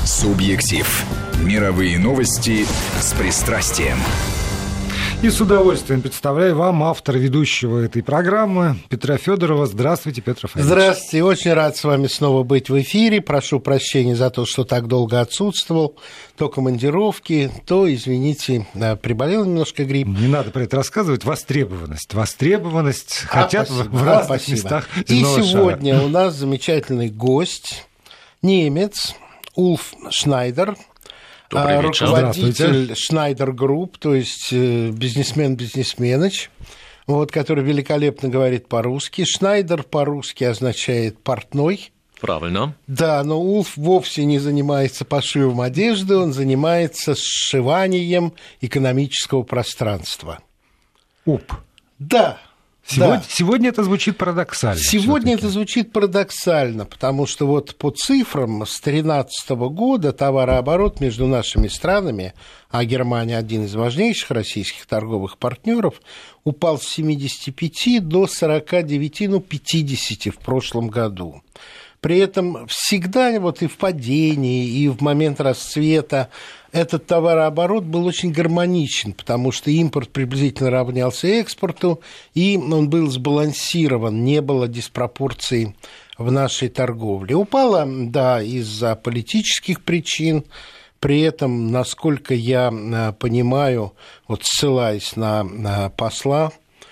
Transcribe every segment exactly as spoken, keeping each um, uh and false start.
Субъектив. Мировые новости с пристрастием. И с удовольствием представляю вам автора ведущего этой программы Петра Федорова. Здравствуйте, Петр Рафаэльевич. Здравствуйте, очень рад с вами снова быть в эфире. Прошу прощения за то, что так долго отсутствовал. То командировки, то, извините, приболел немножко грипп. Не надо про это рассказывать. Востребованность. Востребованность а, хотят спасибо, в разных спасибо. местах И земного сегодня шара. У нас замечательный гость, немец Ульф Шнайдер. Руководитель Schneider Group, то есть бизнесмен-бизнесменыч, вот, который великолепно говорит по-русски. Шнайдер по-русски означает «портной». Правильно. Да, но Ульф вовсе не занимается пошивом одежды, он занимается сшиванием экономического пространства. Уп. Да. Сегодня, да. сегодня это звучит парадоксально. Сегодня всё-таки. это звучит парадоксально, потому что вот по цифрам с две тысячи тринадцатого года товарооборот между нашими странами, а Германия один из важнейших российских торговых партнеров, упал с семидесяти пяти до сорока девяти, ну, пятидесяти в прошлом году. При этом всегда вот и в падении, и в момент расцвета этот товарооборот был очень гармоничен, потому что импорт приблизительно равнялся экспорту, и он был сбалансирован, не было диспропорций в нашей торговле. Упала, да, из-за политических причин. При этом, насколько я понимаю, вот ссылаясь на, на посла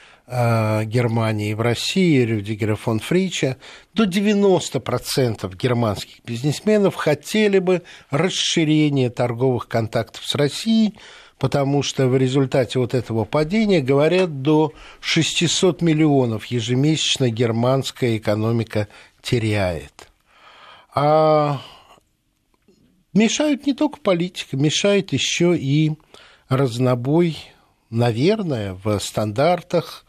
Германии в России, Рюдигера фон Фрича, до девяноста процентов германских бизнесменов хотели бы расширения торговых контактов с Россией, потому что в результате вот этого падения, говорят, до шестисот миллионов ежемесячно германская экономика теряет. А мешают не только политика, мешает еще и разнобой, наверное, в стандартах,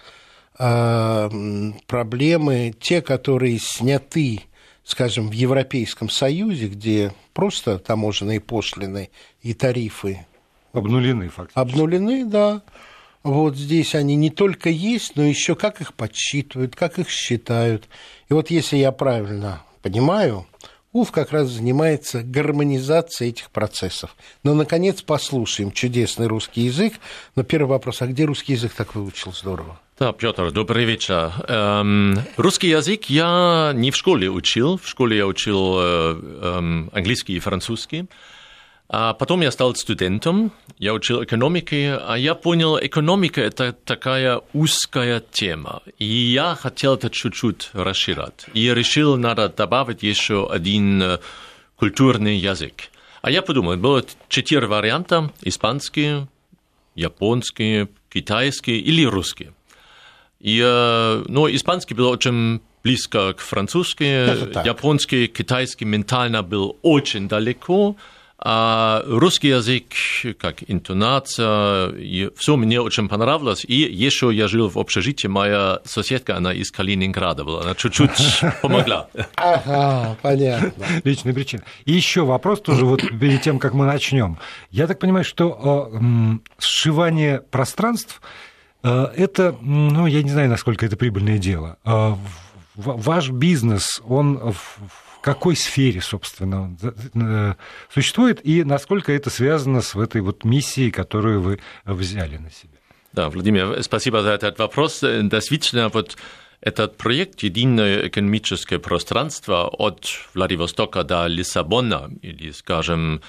проблемы, те, которые сняты, скажем, в Европейском Союзе, где просто таможенные пошлины и тарифы обнулены фактически. Обнулены, да. Вот здесь они не только есть, но еще как их подсчитывают, как их считают. И вот если я правильно понимаю, Ульф как раз занимается гармонизацией этих процессов. Но, наконец, послушаем чудесный русский язык. Но первый вопрос, а где русский язык так выучил здорово? Да, Петр, добрый вечер. Эм, русский язык я не в школе учил. В школе я учил э, э, английский и французский. А потом я стал студентом, я учил экономики, а я понял, экономика – это такая узкая тема. И я хотел это чуть-чуть расширять. И решил, надо добавить еще один культурный язык. А я подумал, было четыре варианта – испанский, японский, китайский или русский. И, ну, испанский был очень близко к французскому, японский, китайский ментально был очень далеко. А русский язык, как интонация, все мне очень понравилось. И еще я жил в общежитии, моя соседка, она из Калининграда была, она чуть-чуть помогла. Ага, понятно. Личная причина. И еще вопрос тоже вот перед тем, как мы начнем. Я так понимаю, что э, сшивание пространств э, это, ну, я не знаю, насколько это прибыльное дело. Э, ваш бизнес, он в В какой сфере, собственно, существует, и насколько это связано с этой вот миссией, которую вы взяли на себя? Да, Владимир, спасибо за этот вопрос. Действительно, вот этот проект «Единое экономическое пространство» от Владивостока до Лиссабона, или, скажем,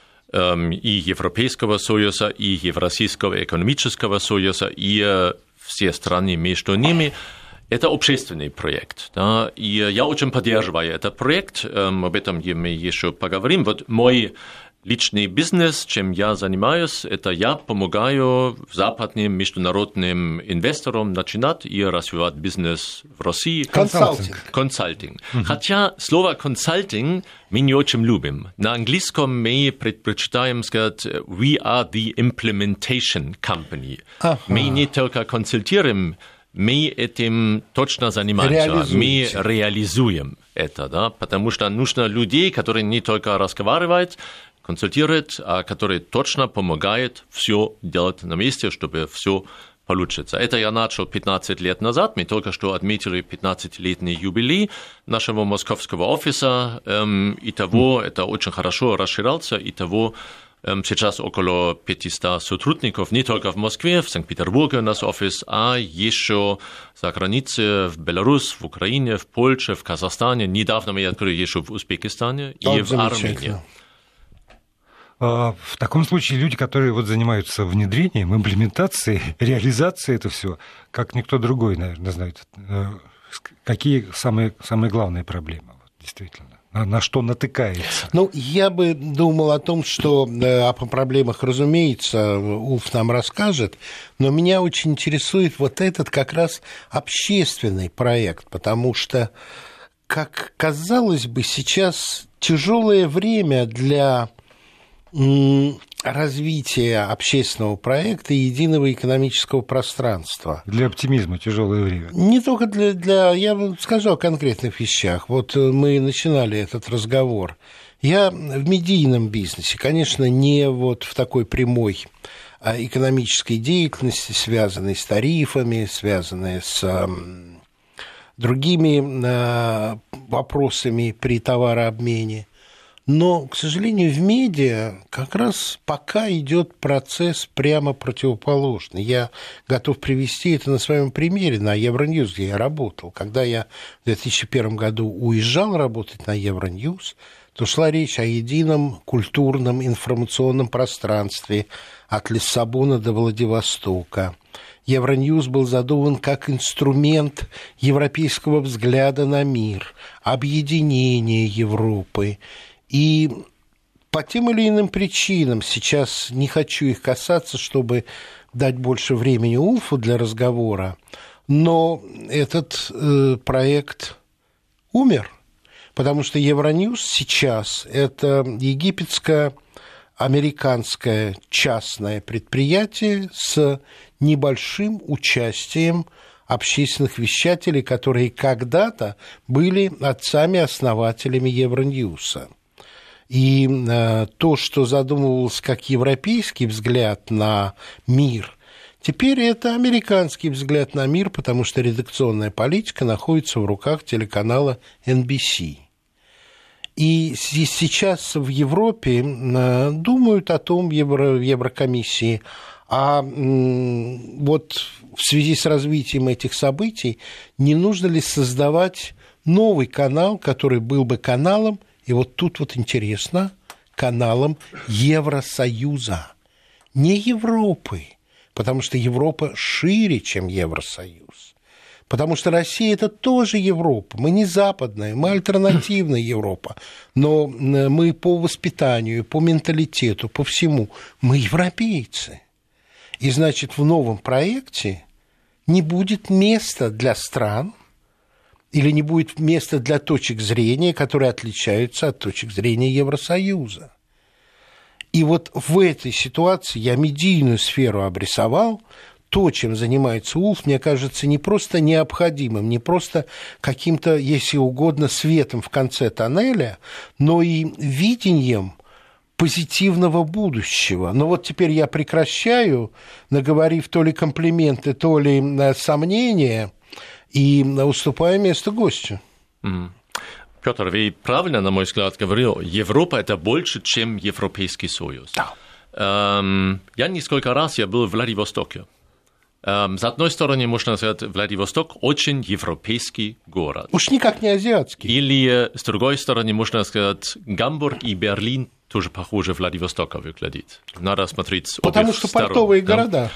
и Европейского Союза, и Евразийского экономического союза, и все страны между ними – это общественный проект, да, и я очень поддерживаю этот проект, об этом мы еще поговорим. Вот мой личный бизнес, чем я занимаюсь, это я помогаю западным международным инвесторам начинать и развивать бизнес в России. Консалтинг. Консалтинг. Uh-huh. Хотя слово консалтинг мы не очень любим. На английском мы предпочитаем сказать «we are the implementation company». Uh-huh. Мы не только консультируем, мы этим точно занимаемся, мы реализуем это, да, потому что нужно людей, которые не только разговаривают, консультируют, а которые точно помогают все делать на месте, чтобы все получится. Это я начал пятнадцать лет назад, мы только что отметили пятнадцатилетний юбилей нашего московского офиса, эм, и того, это очень хорошо расширялся, и того эм, сейчас около пятьсот сотрудников, не только в Москве, в Санкт-Петербурге у нас офис, а еще за границей, в Беларуси, в Украине, в Польше, в Казахстане, недавно мы открыли еще в Узбекистане и в Армении. В таком случае люди, которые вот занимаются внедрением, имплементацией, реализацией этого всего, как никто другой, наверное, знает, какие самые, самые главные проблемы, действительно, на, на что натыкается? Ну, я бы думал о том, что о проблемах, разумеется, Ульф нам расскажет, но меня очень интересует вот этот как раз общественный проект, потому что, как казалось бы, сейчас тяжелое время для развития общественного проекта и единого экономического пространства. Для оптимизма тяжелое время. Не только для, для... Я скажу о конкретных вещах. Вот мы начинали этот разговор. Я в медийном бизнесе, конечно, не вот в такой прямой экономической деятельности, связанной с тарифами, связанной с другими вопросами при товарообмене. Но, к сожалению, в медиа как раз пока идет процесс прямо противоположный. Я готов привести это на своем примере, на Евроньюз, где я работал. Когда я в две тысячи первом году уезжал работать на Евроньюз, то шла речь о едином культурном информационном пространстве от Лиссабона до Владивостока. Евроньюз был задуман как инструмент европейского взгляда на мир, объединения Европы. И по тем или иным причинам, сейчас не хочу их касаться, чтобы дать больше времени Ульфу для разговора, но этот э, проект умер, потому что Евроньюз сейчас – это египетско-американское частное предприятие с небольшим участием общественных вещателей, которые когда-то были отцами-основателями Евроньюза. И э, то, что задумывалось как европейский взгляд на мир, теперь это американский взгляд на мир, потому что редакционная политика находится в руках телеканала эн би си. И сейчас в Европе э, думают о том, в Евро, Еврокомиссии, а э, вот в связи с развитием этих событий не нужно ли создавать новый канал, который был бы каналом, и вот тут вот интересно, каналом Евросоюза, не Европы, потому что Европа шире, чем Евросоюз, потому что Россия – это тоже Европа, мы не западная, мы альтернативная Европа, но мы по воспитанию, по менталитету, по всему, мы европейцы. И значит, в новом проекте не будет места для стран, или не будет места для точек зрения, которые отличаются от точек зрения Евросоюза. И вот в этой ситуации я медийную сферу обрисовал. То, чем занимается Ульф, мне кажется, не просто необходимым, не просто каким-то, если угодно, светом в конце тоннеля, но и видением позитивного будущего. Но вот теперь я прекращаю, наговорив то ли комплименты, то ли сомнения, и уступаю место гостю. Mm. Петр, вы правильно, на мой взгляд, говорил, Европа – это больше, чем Европейский Союз. Да. Um, я несколько раз я был в Владивостоке. Um, с одной стороны, можно сказать, Владивосток – очень европейский город. Уж никак не азиатский. Или, с другой стороны, можно сказать, Гамбург и Берлин тоже похоже Владивостока выглядит. Надо смотреть обе Потому что сторон, портовые да? города.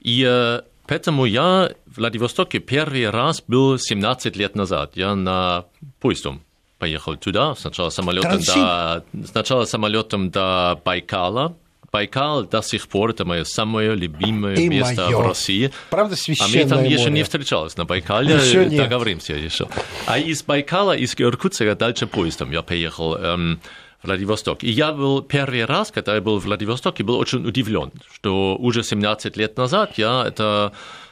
И поэтому я в Владивостоке первый раз был семнадцать лет назад. Я на поездом поехал туда, сначала самолетом, до, сначала самолетом до Байкала. Байкал до сих пор это мое самое любимое и место моё. В России. Правда, священное море. А мы там еще не встречались на Байкале, еще договоримся еще. А из Байкала, из Иркутска дальше поездом я поехал эм, в Владивосток. И я был первый раз, когда я был в Владивостоке, был очень удивлен, что уже семнадцать лет назад я это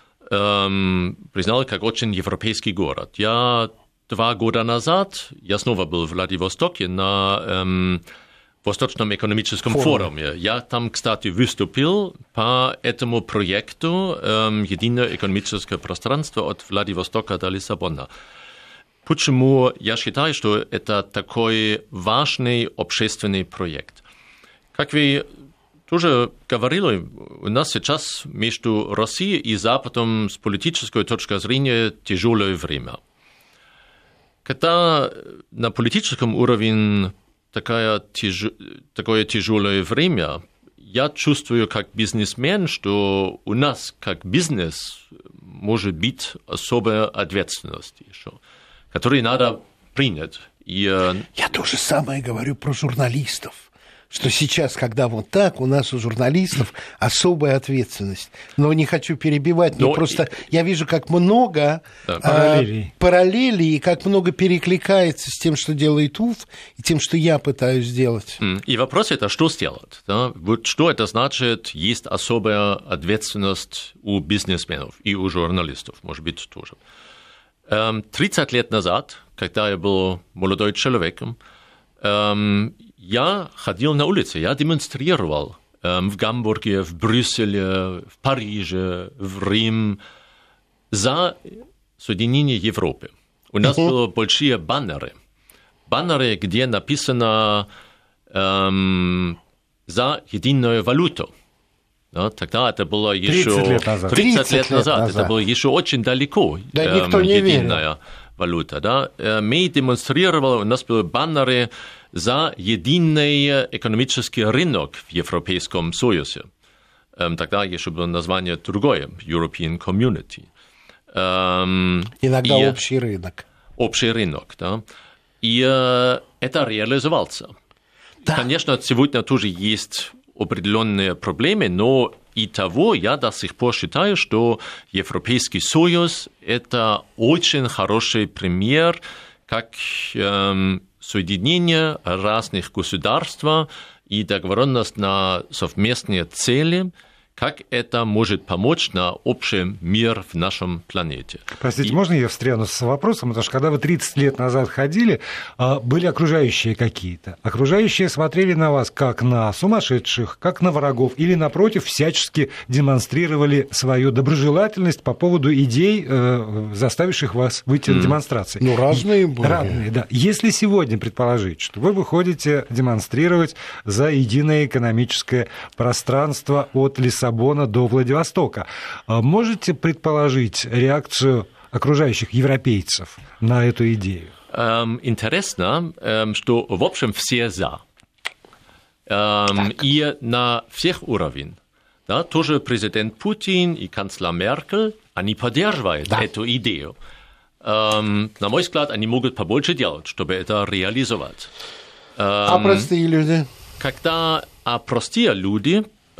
эм, признал как очень европейский город. Я два года назад, я снова был в Владивостоке на... Эм, Восточном экономическом форуме. форуме. Я там, кстати, выступил по этому проекту э, «Единое экономическое пространство от Владивостока до Лиссабона». Почему я считаю, что это такой важный общественный проект? Как вы тоже говорили, у нас сейчас между Россией и Западом с политической точки зрения тяжелое время. Когда на политическом уровне такая тяж... такое тяжелое время, я чувствую как бизнесмен, что у нас как бизнес может быть особая ответственность еще, которую надо принять. И... Я то же самое говорю про журналистов, что сейчас, когда вот так, у нас у журналистов особая ответственность. Но не хочу перебивать, но, но просто и... я вижу, как много да. параллелей. А, параллелей и как много перекликается с тем, что делает УФ, и тем, что я пытаюсь сделать. И вопрос это, что сделать? Да? Вот что это значит, есть особая ответственность у бизнесменов и у журналистов, может быть, тоже. тридцать лет назад, когда я был молодой человеком, я ходил на улице, я демонстрировал в Гамбурге, в Брюсселе, в Париже, в Рим за соединение Европы. У нас uh-huh. были большие баннеры, баннеры, где написано эм, «За единую валюту». Да, тогда это было еще тридцать лет назад. тридцать лет назад. Это было еще очень далеко. Да, эм, никто не единая верил. Валюта. Да. Мы демонстрировали, у нас были баннеры за единый экономический рынок в Европейском Союзе. Эм, тогда еще было название другое, European Community. Эм, Иногда и, общий рынок. Общий рынок, да. И э, это реализовался. Да. Конечно, сегодня тоже есть определенные проблемы, но и того я до сих пор считаю, что Европейский Союз – это очень хороший пример, как эм, соединение разных государств и договоренность на совместные цели, как это может помочь на общий мир в нашем планете. Простите, и... можно я встряну с вопросом? Потому что когда вы тридцать лет назад ходили, были окружающие какие-то. Окружающие смотрели на вас как на сумасшедших, как на врагов, или, напротив, всячески демонстрировали свою доброжелательность по поводу идей, заставивших вас выйти mm. на демонстрации. Ну, разные были. Разные, да. Если сегодня предположить, что вы выходите демонстрировать за единое экономическое пространство от Лиссабона до Владивостока. Можете предположить реакцию окружающих европейцев на эту идею? Интересно, что, в общем, все за. Так. И на всех уровнях. Да, тоже президент Путин и канцлер Меркель, они поддерживают да. эту идею. На мой взгляд, они могут побольше делать, чтобы это реализовать. А простые люди? Когда а простые люди...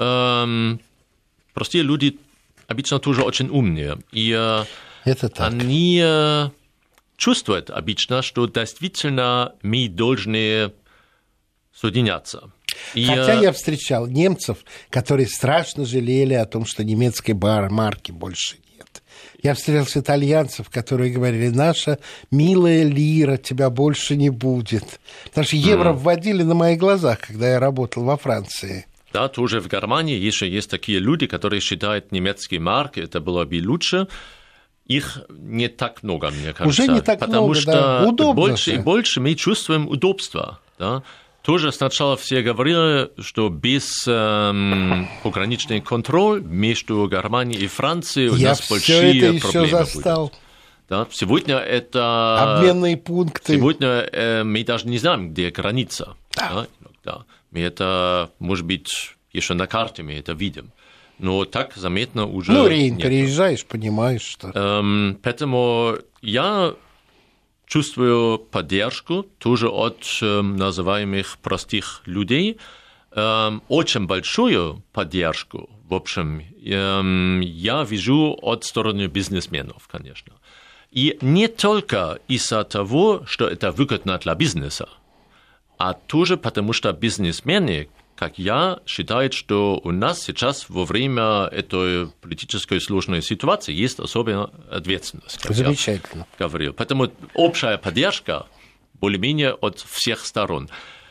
Простые люди обычно тоже очень умные, и это так. они чувствуют обычно, что действительно мы должны соединяться. И... Хотя я встречал немцев, которые страшно жалели о том, что немецкой марки больше нет. Я встречал итальянцев, которые говорили: наша милая лира, тебя больше не будет. Потому что евро mm. вводили на моих глазах, когда я работал во Франции. Да, тоже в Германии еще есть такие люди, которые считают немецкие марки, это было бы лучше. Их не так много, мне кажется. Уже не так потому много, что да. Удобно больше же. И больше мы чувствуем удобство. Да? Тоже сначала все говорили, что без эм, пограничный контроль между Германией и Францией у Я нас большие это проблемы еще застал. будут. Да? Сегодня это... Обменные пункты. Сегодня э, мы даже не знаем, где граница. Да. Да? Да. Мы это, может быть, еще на карте мы это видим. Но так заметно уже Ну, Рейн, нет. переезжаешь, понимаешь, что... Эм, поэтому я чувствую поддержку тоже от эм, называемых простых людей. Эм, очень большую поддержку, в общем, эм, я вижу от стороны бизнесменов, конечно. И не только из-за того, что это выгодно для бизнеса, а тоже потому, что бизнесмены, как я, считают, что у нас сейчас во время этой политической сложной ситуации есть особая ответственность. Замечательно. Я говорил. Поэтому общая поддержка более-менее от всех сторон.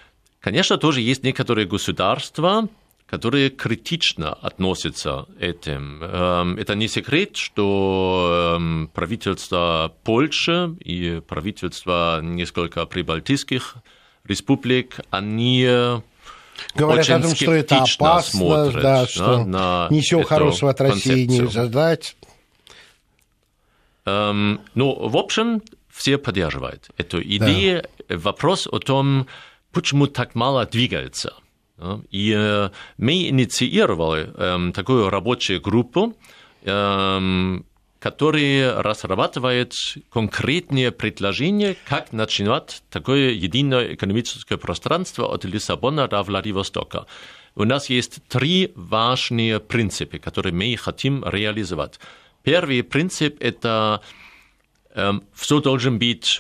Конечно, тоже есть некоторые государства, которые критично относятся к этим. Это не секрет, что правительство Польши и правительство нескольких прибалтийских республик, они говорят очень о том, что это опасно, смотрят, да, что да, на ничего хорошего от России концепцию. не ждать. Эм, ну, в общем, все поддерживают эту идею. Да. Вопрос о том, почему так мало двигается. И э, мы инициировали э, такую рабочую группу, э, которая разрабатывает конкретные предложения, как начинать такое единое экономическое пространство от Лиссабона до Владивостока. У нас есть три важные принципа, которые мы хотим реализовать. Первый принцип – это э, все должен быть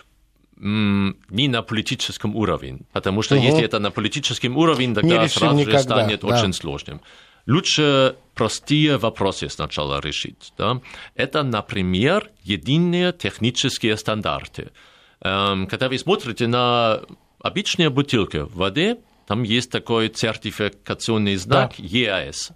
не на политическом уровне, потому что угу. если это на политическом уровне, тогда сразу никогда, же станет да. очень сложным. Лучше простые вопросы сначала решить. Да? Это, например, единые технические стандарты. Когда вы смотрите на обычные бутылки воды, там есть такой сертификационный знак да. и а эс.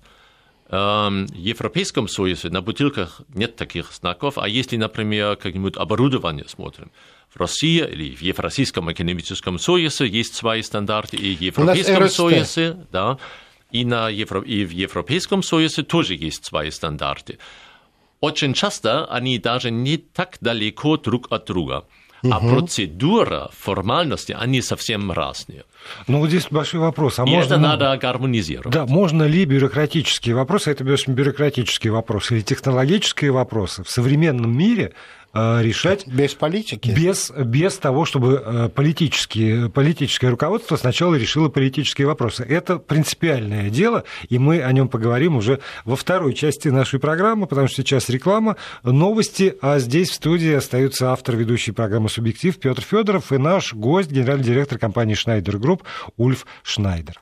В Европейском Союзе на бутылках нет таких знаков, а если, например, какое-нибудь оборудование смотрим, в России или в Евразийском экономическом союзе есть свои стандарты, и в Европейском союзе, да, и, на Евро... и в Европейском союзе тоже есть свои стандарты. Очень часто они даже не так далеко друг от друга. Угу. А процедура, формальности, они совсем разные. Ну, вот здесь большой вопрос. А и можно... это надо гармонизировать. Да, можно ли бюрократические вопросы, это бюрократические вопросы или технологические вопросы в современном мире решать без политики, без, без того, чтобы политические, политическое руководство сначала решило политические вопросы. Это принципиальное дело, и мы о нем поговорим уже во второй части нашей программы, потому что сейчас реклама, новости, а здесь в студии остаются автор ведущей программы «Субъектив» Петр Федоров и наш гость, генеральный директор компании Schneider Group Ульф Шнайдер.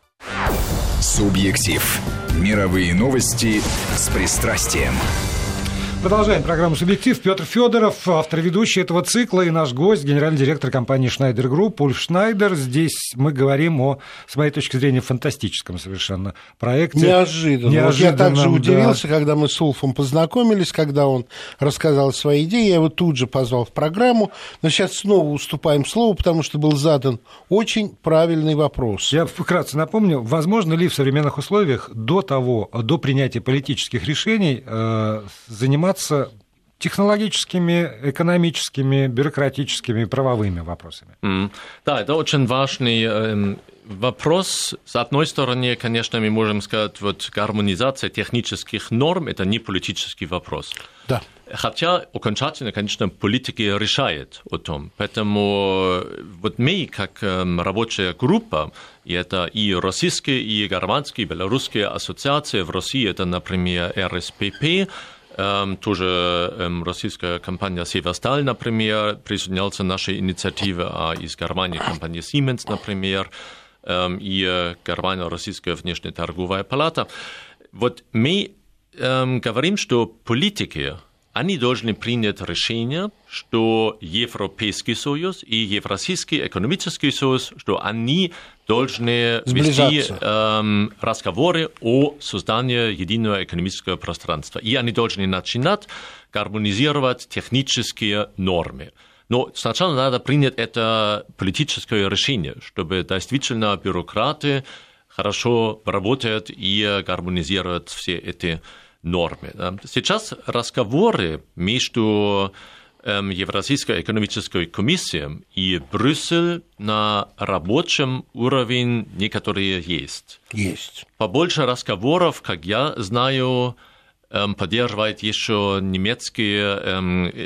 «Субъектив». Мировые новости с пристрастием. Продолжаем программу «Субъектив». Петр Федоров, автор ведущий этого цикла, и наш гость, генеральный директор компании Schneider Group Ульф Шнайдер. Здесь мы говорим о, с моей точки зрения, фантастическом совершенно проекте. Неожиданно. Неожиданно вот я также да. удивился, когда мы с Ульфом познакомились, когда он рассказал свои идеи. Я его тут же позвал в программу. Но сейчас снова уступаем слово, потому что был задан очень правильный вопрос. Я вкратце напомню, возможно ли в современных условиях до того, до принятия политических решений э, заниматься технологическими, экономическими, бюрократическими, правовыми вопросами. Mm. Да, это очень важный э, вопрос. С одной стороны, конечно, мы можем сказать, вот гармонизация технических норм – это не политический вопрос. Да. Хотя окончательно, конечно, политики решают о том. Поэтому вот мы, как э, рабочая группа, и это и российские, и германские, и белорусские ассоциации, в России это, например, эр эс пэ пэ, Um, тоже um, российская компания «Севасталь», например, присоединялась к нашей инициативе, а из Германии компания «Siemens», например, um, и uh, Германо-российская внешняя торговая палата. Вот мы um, говорим, что политики, они должны принять решение, что Европейский Союз и Евразийский экономический союз, что они должны вести э, разговоры о создании единого экономического пространства. И они должны начинать гармонизировать технические нормы. Но сначала надо принять это политическое решение, чтобы действительно бюрократы хорошо работают и гармонизируют все эти нормы. Сейчас разговоры между Евразийской экономической комиссией и Брюсселем на рабочем уровне некоторые есть. Есть. Побольше разговоров, как я знаю, поддерживает еще немецкое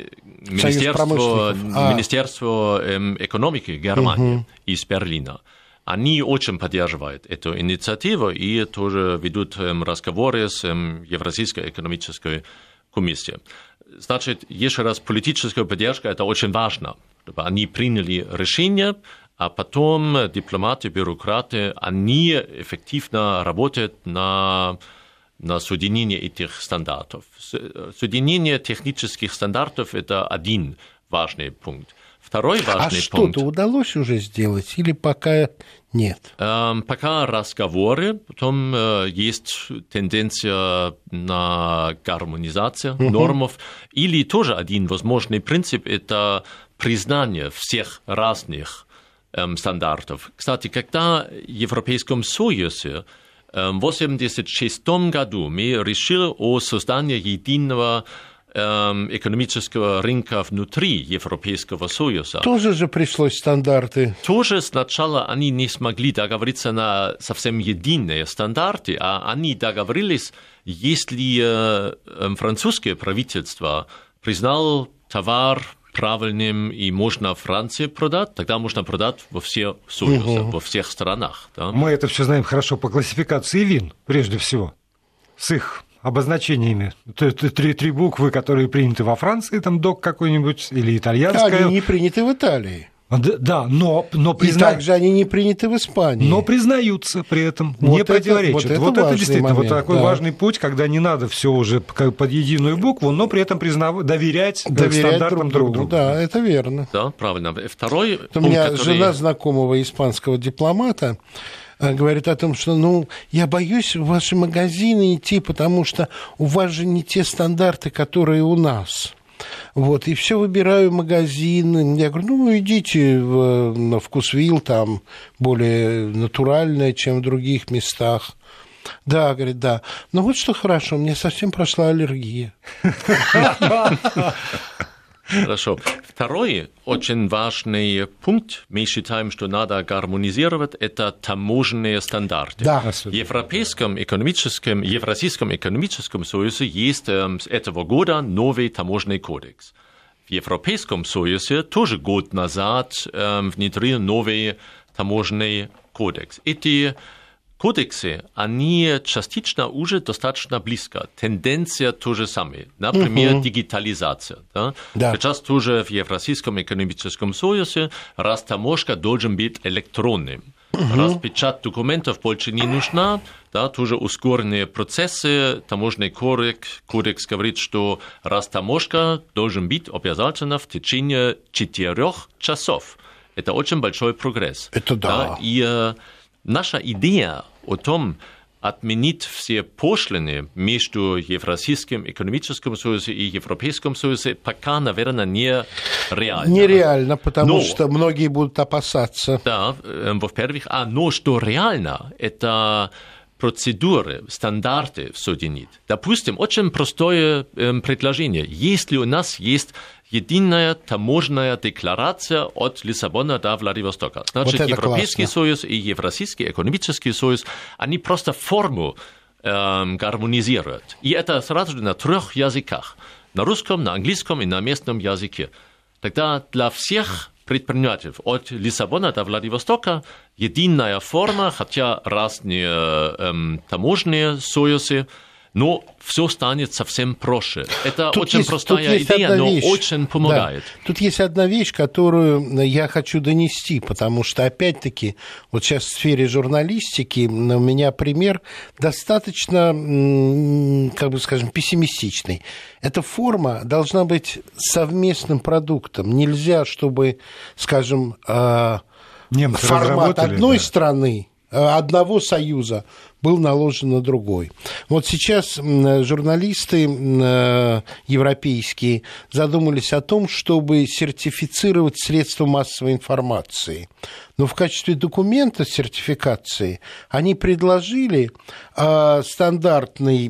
министерство, а. министерство экономики Германии угу. из Берлина. Они очень поддерживают эту инициативу и тоже ведут разговоры с Евразийской экономической комиссией. Значит, еще раз, политическая поддержка – это очень важно, чтобы они приняли решение, а потом дипломаты, бюрократы, они эффективно работают на, на соединение этих стандартов. Соединение технических стандартов – это один важный пункт. Второй важный а пункт. что-то удалось уже сделать или пока нет? Эм, пока разговоры, потом э, есть тенденция на гармонизацию uh-huh. нормов, или тоже один возможный принцип – это признание всех разных эм, стандартов. Кстати, когда в Европейском Союзе в тысяча девятьсот восемьдесят шестом году мы решили о создании единого экономического рынка внутри Европейского Союза. Тоже же пришлось стандарты. Тоже сначала они не смогли договориться на совсем единые стандарты, а они договорились, если французское правительство признало товар правильным и можно в Франции продать, тогда можно продать во всех союзах, угу. во всех странах. Да? Мы это все знаем хорошо по классификации вин, прежде всего, с их обозначениями. То есть три, три буквы, которые приняты во Франции, там док какой-нибудь, или итальянская. Они не приняты в Италии. Да, но, но призна... И также они не приняты в Испании. Но признаются при этом, вот не это, противоречат. Вот это, вот это действительно момент, вот такой да. важный путь, когда не надо все уже под единую букву, но при этом признав... доверять, доверять стандартам друг другу. друг другу. Да, это верно. Да, правильно. Второй У пункт, меня который... жена знакомого испанского дипломата говорит о том, что, ну, я боюсь в ваши магазины идти, потому что у вас же не те стандарты, которые у нас. Вот, и все выбираю магазин. Я говорю, ну, идите в, на Вкусвилл, там более натуральное, чем в других местах. Да, говорит, да. Ну, вот что хорошо, мне совсем прошла аллергия. Хорошо. Второй очень важный пункт, мы считаем, что надо гармонизировать, это таможенные стандарты. Да. В Европейском экономическом, Евразийском экономическом союзе есть э, с этого года новый таможенный кодекс. В Европейском союзе тоже год назад э, внедрил новый таможенный кодекс. Эти кодексы, они частично уже достаточно близко. Тенденция то же самое. Например, uh-huh. дигитализация. Да? Да. Сейчас тоже в Евразийском экономическом союзе растаможка должен быть электронным. Uh-huh. Распечатать документов больше не нужна. Да? Тоже ускоренные процессы. Таможенный кодекс, кодекс говорит, что растаможка должен быть обязательно в течение четырех часов. Это очень большой прогресс. Это да. да? И э, наша идея о том, отменить все пошлины между Евразийским экономическим союзом и Европейским союзом, пока, наверное, не реально. Нереально, потому но, что многие будут опасаться. Да, во-первых, а но что реально, это процедуры, стандарты соединить. Допустим, очень простое э, предложение. Если у нас есть единая таможенная декларация от Лиссабона до Владивостока, значит, вот Европейский классно. союз и Евразийский экономический союз, они просто форму э, гармонизируют. И это сразу на трех языках. На русском, на английском и на местном языке. Тогда для всех предпринимателей от Лиссабона до Владивостока единая форма, хотя разные э, таможенные союзы, но все станет совсем проще. Это тут очень есть, простая идея, но вещь. очень помогает. Да. Тут есть одна вещь, которую я хочу донести, потому что, опять-таки, вот сейчас в сфере журналистики у меня пример достаточно, как бы скажем, пессимистичный. Эта форма должна быть совместным продуктом. Нельзя, чтобы, скажем, немцы формат одной да. страны, одного союза был наложен на другой. Вот сейчас журналисты европейские задумались о том, чтобы сертифицировать средства массовой информации. Но в качестве документа сертификации они предложили стандартный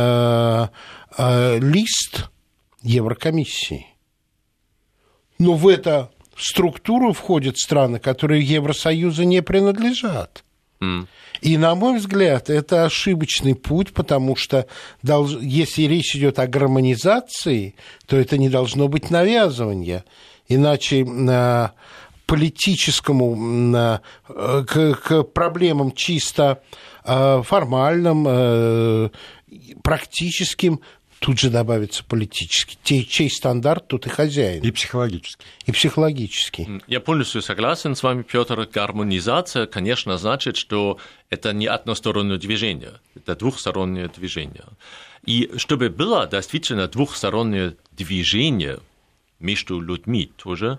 лист Еврокомиссии. Но в эту структуру входят страны, которые Евросоюзу не принадлежат. Mm. И, на мой взгляд, это ошибочный путь, потому что долж... если речь идет о гармонизации, то это не должно быть навязывание. Иначе на политическому, на... К... к проблемам чисто формальным, практическим, тут же добавится политический. Чей стандарт, тут и хозяин. И психологический. И психологический. Я полностью согласен с вами, Петр. Гармонизация, конечно, значит, что это не одностороннее движение, это двухстороннее движение. И чтобы было действительно двухстороннее движение между людьми тоже,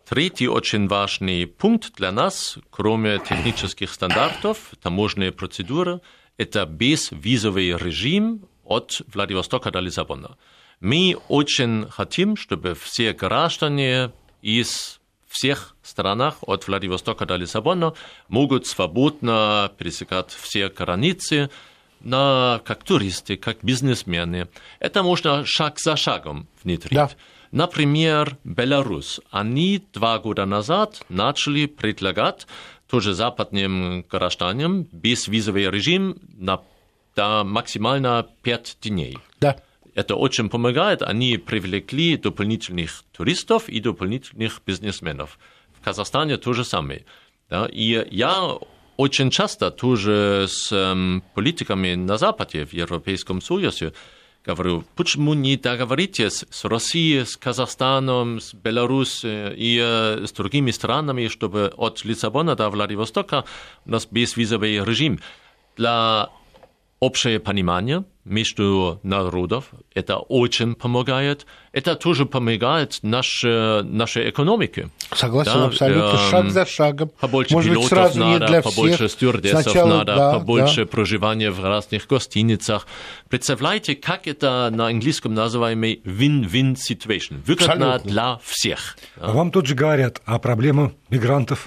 Третий очень важный пункт для нас, кроме технических стандартов, таможенные процедуры, это безвизовый режим от Владивостока до Лиссабона. Мы очень хотим, чтобы все граждане из всех странах от Владивостока до Лиссабона могут свободно пересекать все границы, на, как туристы, как бизнесмены. Это можно шаг за шагом внедрить. Да. Например, Беларусь. Они два года назад начали предлагать тоже западным гражданам безвизовый режим на, на максимально пять дней. Да. Это очень помогает. Они привлекли дополнительных туристов и дополнительных бизнесменов. В Казахстане то же самое. Да? И я очень часто тоже с эм, политиками на Западе, в Европейском Союзе, говорю, почему не договоритесь с Россией, с Казахстаном, с Беларусью и э, с другими странами, чтобы от Лиссабона до Владивостока у нас безвизовый режим для общее понимание между народов. Это очень помогает. Это тоже помогает нашей, нашей экономике. Согласен, да, абсолютно. Э, шаг за шагом. Побольше Может пилотов быть, сразу надо, не для побольше всех. стюардессов Сначала, надо, да, побольше да. проживания в разных гостиницах. Представляете, как это на английском называемый win-win situation. Выгодно абсолютно для всех. Да. А вам тут же говорят о проблемах мигрантов.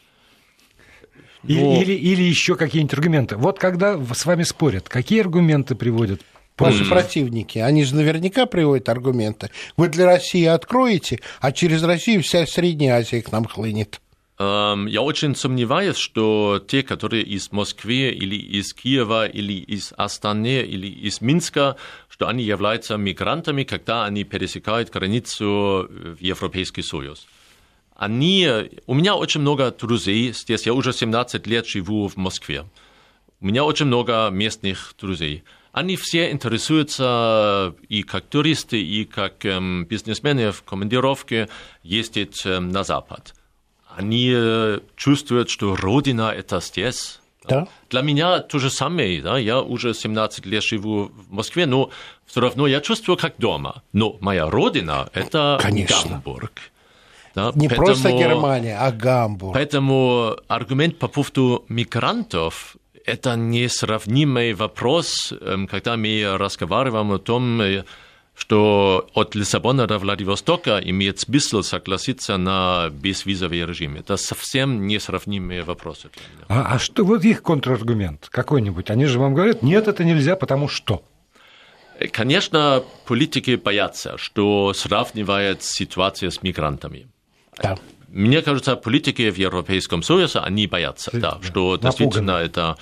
Или, Но... или, или еще какие-нибудь аргументы. Вот когда с вами спорят, какие аргументы приводят? Ваши противники, они же наверняка приводят аргументы. Вы для России откроете, а через Россию вся Средняя Азия к нам хлынет. Я очень сомневаюсь, что те, которые из Москвы или из Киева или из Астаны или из Минска, что они являются мигрантами, когда они пересекают границу в Европейский Союз. Они, у меня очень много друзей здесь, я уже семнадцать лет живу в Москве. У меня очень много местных друзей. Они все интересуются и как туристы, и как эм, бизнесмены в командировке ездить эм, на Запад. Они э, чувствуют, что родина это здесь. Да. Для меня то же самое. Да? Я уже семнадцать лет живу в Москве, но все равно я чувствую как дома. Но моя родина это Конечно. Гамбург. Да, Не поэтому, просто Германия, а Гамбург. Поэтому аргумент по поводу мигрантов – это несравнимый вопрос, когда мы разговариваем о том, что от Лиссабона до Владивостока имеет смысл согласиться на безвизовый режим. Это совсем несравнимые вопросы для меня. А, а что вот их контраргумент какой-нибудь? Они же вам говорят, нет, это нельзя, потому что… Конечно, политики боятся, что сравнивают ситуацию с мигрантами. Да. Мне кажется, политики в Европейском Союзе, они боятся, да, что Напуганы. Действительно это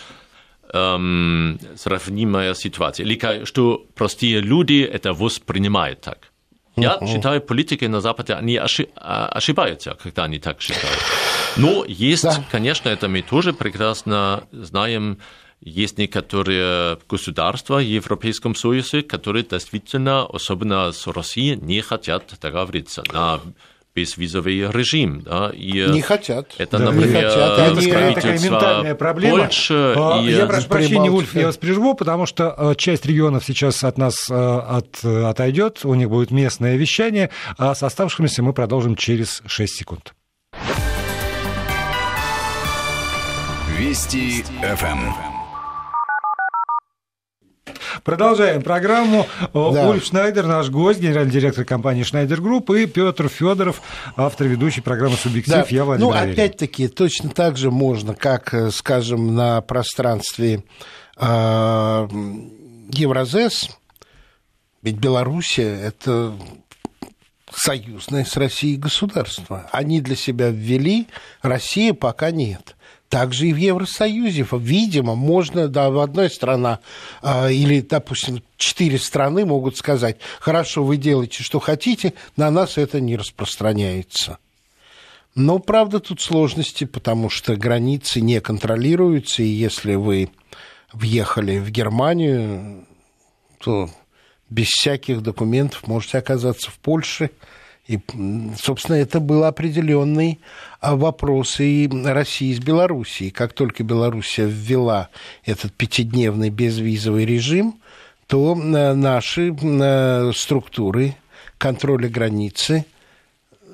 эм, сравнимая ситуация. Или что простые люди это воспринимают так. Я uh-huh. считаю, политики на Западе, они ошибаются, когда они так считают. Но есть, да. конечно, это мы тоже прекрасно знаем, есть некоторые государства в Европейском Союзе, которые действительно, особенно с Россией, не хотят договориться на безвизовый режим. Да, и не хотят. Это, да, например, не хотят. Это такая ментальная проблема. Польша и... Я прошу прощения, Ульф, я вас прерву, потому что часть регионов сейчас от нас от, отойдет, у них будет местное вещание, а с оставшимися мы продолжим через шесть секунд. Вести эф эм. Продолжаем программу. Да. Ульф Шнайдер, наш гость, генеральный директор компании Шнайдер Групп, и Петр Федоров, автор ведущей программы «Субъектив». Да. Я Владимир Ну, опять-таки, точно так же можно, как, скажем, на пространстве э, Евразес, ведь Белоруссия – это союзное с Россией государство. Они для себя ввели, Россия пока нет. Также и в Евросоюзе, видимо, можно, да, в одной стране э, или, допустим, четыре страны могут сказать, хорошо, вы делаете, что хотите, на нас это не распространяется. Но, правда, тут сложности, потому что границы не контролируются, и если вы въехали в Германию, то без всяких документов можете оказаться в Польше. И, собственно, это был определенный вопрос и России с Белоруссией. Как только Белоруссия ввела этот пятидневный безвизовый режим, то наши структуры контроля границы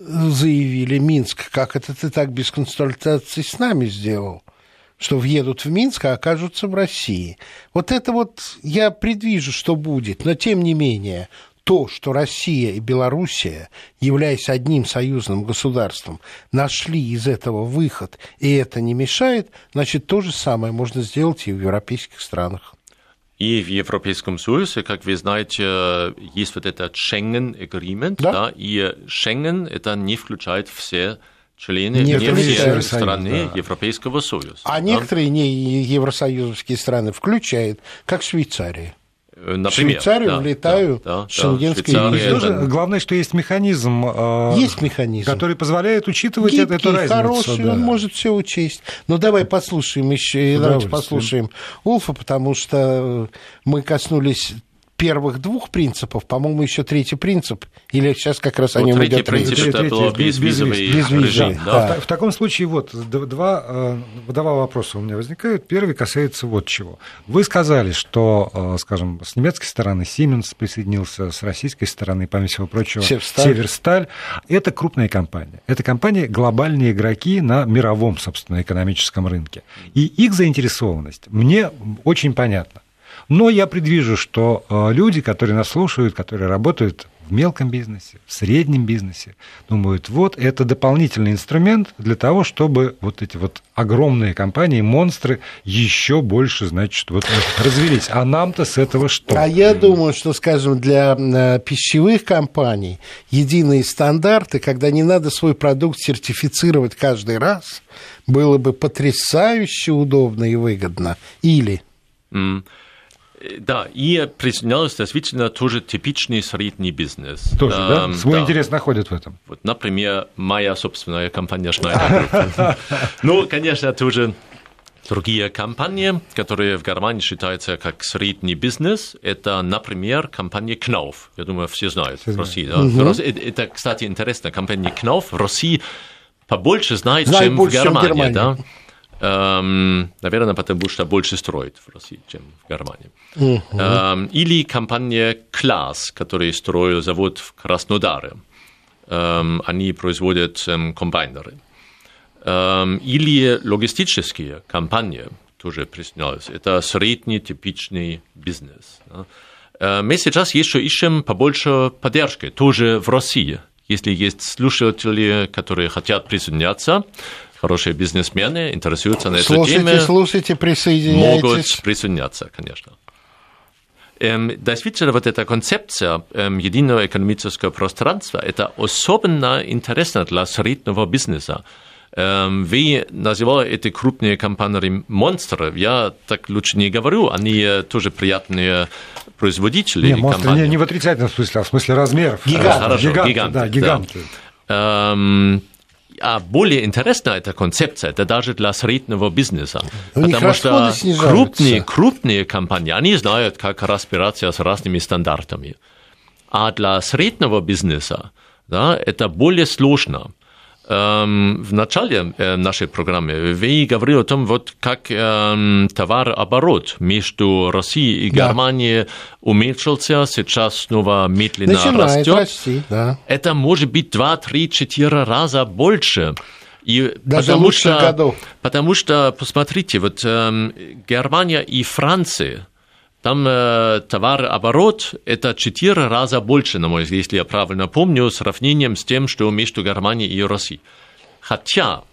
заявили, Минск, как это ты так без консультации с нами сделал, что въедут в Минск, а окажутся в России. Вот это вот я предвижу, что будет, но тем не менее... То, что Россия и Белоруссия, являясь одним союзным государством, нашли из этого выход, и это не мешает, значит, то же самое можно сделать и в европейских странах. И в Европейском Союзе, как вы знаете, есть вот этот Schengen Agreement, да? Да, и Schengen это не включает все члены, не, не все страны да. Европейского Союза. А да? некоторые не евросоюзовские страны включают, как Швейцария. Например, в Швейцарию да, влетаю да, да, в шенгенский да, регион. Главное, что есть механизм, есть механизм, который позволяет учитывать гибкий, эту разницу. Хороший, да. Он может все учесть. Но давай послушаем еще, давайте послушаем Ульфа, потому что мы коснулись первых двух принципов, по-моему, еще третий принцип, или сейчас как раз о нем третий идет речь. Принцип это было безвизовый режим. Да. Да. В, в таком случае вот два, два вопроса у меня возникают. Первый касается вот чего. Вы сказали, что, скажем, с немецкой стороны Siemens присоединился, с российской стороны, помимо всего прочего, Северсталь. Северсталь. Это крупная компания. Это компании глобальные игроки на мировом, собственно, экономическом рынке. И их заинтересованность мне очень понятна. Но я предвижу, что люди, которые нас слушают, которые работают в мелком бизнесе, в среднем бизнесе, думают, вот это дополнительный инструмент для того, чтобы вот эти вот огромные компании, монстры еще больше, значит, вот развелись. А нам-то с этого что? А я думаю, что, скажем, для пищевых компаний единые стандарты, когда не надо свой продукт сертифицировать каждый раз, было бы потрясающе удобно и выгодно. Или... Mm. Да, и присоединялся действительно тоже типичный средний бизнес. Тоже, да? Um, Свой да. интерес находит в этом. Вот, например, моя собственная компания Schneider. Ну, конечно, тоже другие компании, которые в Германии считаются как средний бизнес. Это, например, компания Knauf. Я думаю, все знают в России. Да? Угу. Это, кстати, интересно. Компания Knauf в России побольше знает, знает чем больше, в Германии. Чем в Германии. Да? Um, наверное, потому что больше строит в России, чем в Германии. Uh-huh. Um, или компания Klaas, которая строила завод в Краснодаре. Um, они производят um, комбайнеры. Um, или логистические компании тоже присоединялись. Это средний типичный бизнес. Да? Uh, мы сейчас еще ищем побольше поддержки, тоже в России. Если есть слушатели, которые хотят присоединяться, хорошие бизнесмены интересуются на эту слушайте, тему. Слушайте, присоединяйтесь. Могут присоединяться, конечно. Эм, действительно, вот эта концепция эм, единого экономического пространства, это особенно интересно для среднего бизнеса. Эм, вы называли эти крупные компании монстры. Я так лучше не говорю. Они тоже приятные производители. Не, монстры не, не в отрицательном смысле, а в смысле размеров. Гиганты. Хорошо, гиганты, гиганты. Да, гиганты. Да. Эм, А более интересна эта концепция, это даже для среднего бизнеса. У потому что крупные, крупные компании, они знают, как разбираться с разными стандартами. А для среднего бизнеса да, это более сложно. Эм, в начале э, нашей программы вы говорили о том, вот, как эм, товарооборот между Россией и Германией да. уменьшился, сейчас снова медленно Начинает растет. Расти, да. Это может быть два, три, четыре раза больше. И даже потому лучших что, годов. Потому что, посмотрите, вот эм, Германия и Франция, там э, товарооборот – это четыре раза больше, на мой взгляд, если я правильно помню, сравнением с тем, что между Германией и Россией. Хотя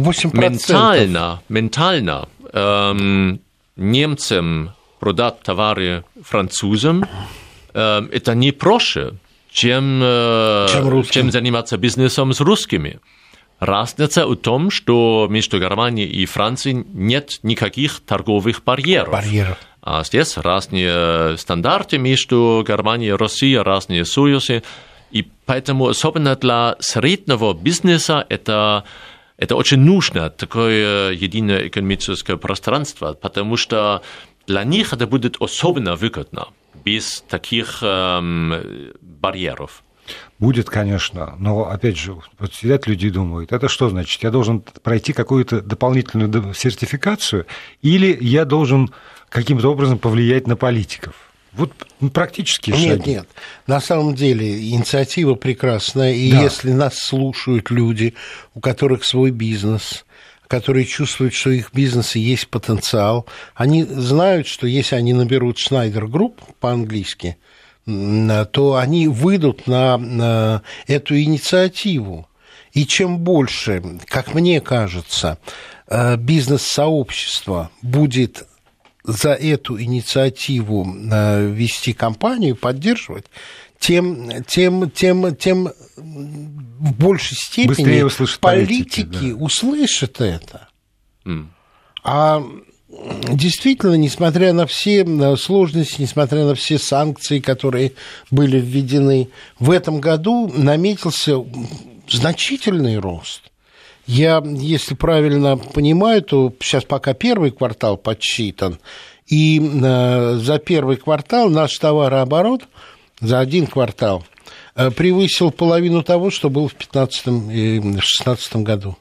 ментально, ментально эм, немцам продать товары французам э, это не проще, чем, э, чем, чем заниматься бизнесом с русскими. Разница в том, что между Германией и Францией нет никаких торговых барьеров. барьеров. А здесь разные стандарты между Германией и Россией, разные союзы. И поэтому особенно для среднего бизнеса это, это очень нужно, такое единое экономическое пространство, потому что для них это будет особенно выгодно, без таких эм, барьеров. Будет, конечно, но, опять же, вот сидят люди и думают, это что значит, я должен пройти какую-то дополнительную сертификацию или я должен каким-то образом повлиять на политиков? Вот практические шаги. Нет, нет. На самом деле инициатива прекрасная, и да. если нас слушают люди, у которых свой бизнес, которые чувствуют, что их бизнеса есть потенциал, они знают, что если они наберут Schneider Group по-английски, то они выйдут на, на эту инициативу. И чем больше, как мне кажется, бизнес-сообщество будет за эту инициативу вести кампанию, поддерживать, тем, тем, тем, тем в большей степени политики, политики да. услышат это. Mm. А действительно, несмотря на все сложности, несмотря на все санкции, которые были введены, в этом году наметился значительный рост. Я, если правильно понимаю, то сейчас пока первый квартал подсчитан, и за первый квартал наш товарооборот за один квартал превысил половину того, что было в пятнадцатом и шестнадцатом году.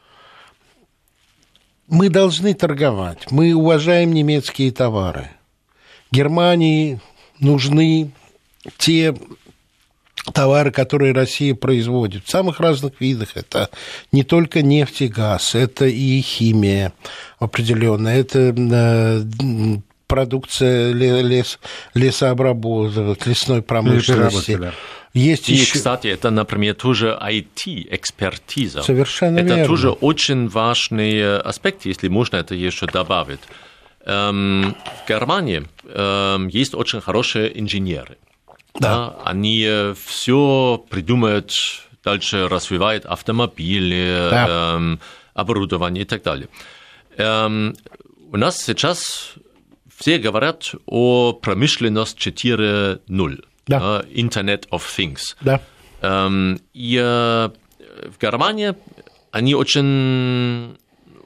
Мы должны торговать, мы уважаем немецкие товары. Германии нужны те товары, которые Россия производит в самых разных видах. Это не только нефть и газ, это и химия определенная, это продукция лес, лесообработки, лесной промышленности. Да. Есть и, еще... кстати, это, например, тоже ай ти-экспертиза. Совершенно это верно. Это тоже очень важный аспект, если можно это еще добавить. Эм, в Германии эм, есть очень хорошие инженеры. Да. Да, они все придумают, дальше развивают автомобили, да. эм, оборудование и так далее. Эм, у нас сейчас все говорят о промышленности четыре ноль, да. э, Internet of Things. Да. Эм, и э, в Германии они очень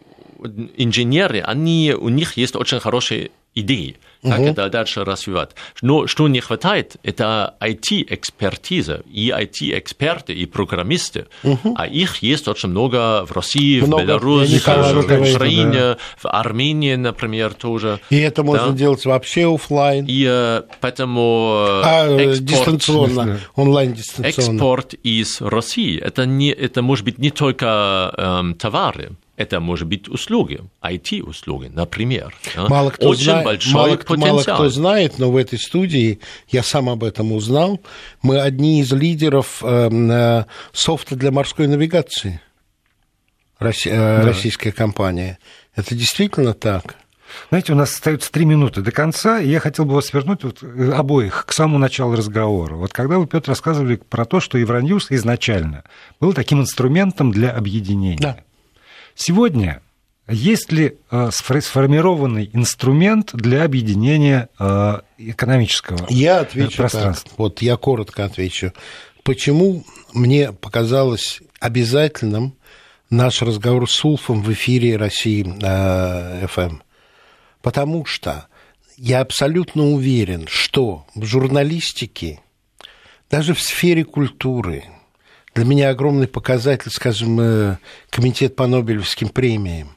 инженеры, они, у них есть очень хорошие идеи, как uh-huh. это дальше развивать. Но что не хватает, это ай ти-экспертиза, и ай ти-эксперты, и программисты. Uh-huh. А их есть очень много в России, много. в Беларуси, в Украине, да. в Армении, например, тоже. И это можно да. делать вообще офлайн. И поэтому а, экспорт, дистанционно, онлайн-дистанционно. Экспорт из России, это, не, это может быть не только эм, товары, это может быть услуги, ай ти-услуги, например. Мало кто Очень знает, большой мало, потенциал. Мало кто знает, но в этой студии, я сам об этом узнал, мы одни из лидеров э, софта для морской навигации, Россия, да. российская компания. Это действительно так. Знаете, у нас остается три минуты до конца, и я хотел бы вас вернуть вот, обоих к самому началу разговора. Вот когда вы, Петр, рассказывали про то, что Евроньюз изначально был таким инструментом для объединения. Да. Сегодня есть ли сформированный инструмент для объединения экономического я отвечу пространства? Так. Вот я коротко отвечу. Почему мне показалось обязательным наш разговор с Ульфом в эфире России эф эм? Потому что я абсолютно уверен, что в журналистике, даже в сфере культуры, для меня огромный показатель, скажем, комитет по Нобелевским премиям.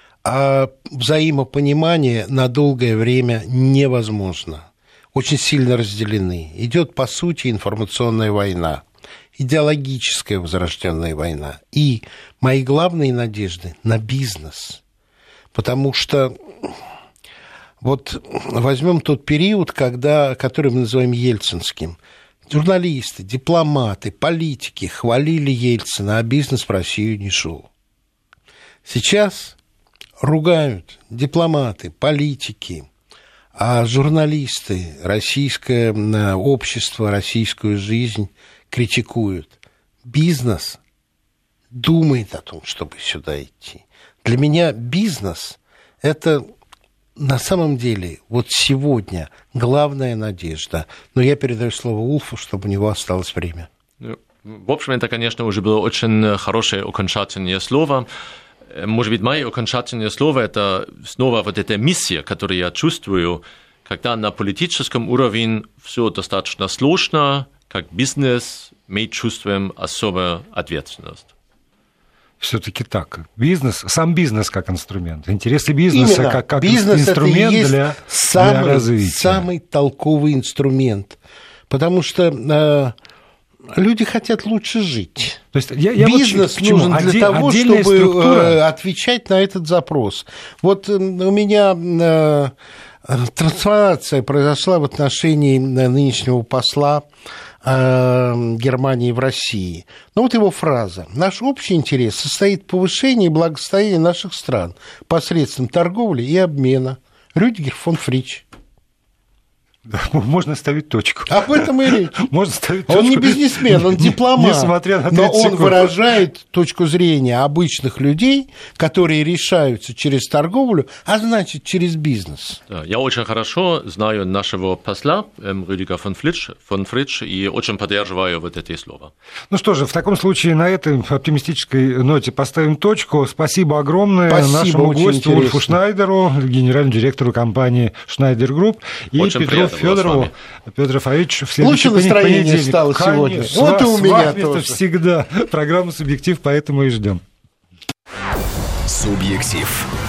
А взаимопонимание на долгое время невозможно. Очень сильно разделены. Идет, по сути, информационная война, идеологическая возрожденная война. И мои главные надежды на бизнес. Потому что вот возьмем тот период, когда, который мы называем ельцинским. Журналисты, дипломаты, политики хвалили Ельцина, а бизнес в Россию не шел. Сейчас ругают дипломаты, политики, а журналисты, российское общество, российскую жизнь критикуют. Бизнес думает о том, чтобы сюда идти. Для меня бизнес – это... На самом деле, вот сегодня главная надежда, но я передаю слово Ульфу, чтобы у него осталось время. В общем, это, конечно, уже было очень хорошее окончательное слово. Может быть, мое окончательное слово – это снова вот эта миссия, которую я чувствую, когда на политическом уровне все достаточно сложно, как бизнес, мы чувствуем особую ответственность. все-таки так. Бизнес, сам бизнес как инструмент. Интересы бизнеса Именно. как, как бизнес инструмент это и есть для, самый, для развития. Самый толковый инструмент. Потому что э, люди хотят лучше жить. То есть я, я бизнес вот нужен Отдель, для того, чтобы структура... э, отвечать на этот запрос. Вот э, у меня э, трансформация произошла в отношении нынешнего посла Германии в России. Ну вот его фраза. Наш общий интерес состоит в повышении благосостояния наших стран посредством торговли и обмена. Рюдигер фон Фрич. Да, можно ставить точку. Об этом и речь. Можно ставить точку. Он не бизнесмен, он дипломат. Несмотря на но он секунд. выражает точку зрения обычных людей, которые решаются через торговлю, а значит через бизнес. Да, я очень хорошо знаю нашего посла Рюдигера фон Фрич, фон Фрич и очень поддерживаю вот эти слова. Ну что же, в таком случае на этой оптимистической ноте поставим точку. Спасибо огромное Спасибо, нашему гостю интересно. Ульфу Шнайдеру, генеральному директору компании Шнайдер Групп, и Очень Петру Федорову. Петр Рафаэльевич, в следующий Лучше настроение понедельник. стало Конечно, сегодня. с Вот вас, и у меня с вами тоже. это всегда. Программа «Субъектив», поэтому и ждем. Субъектив.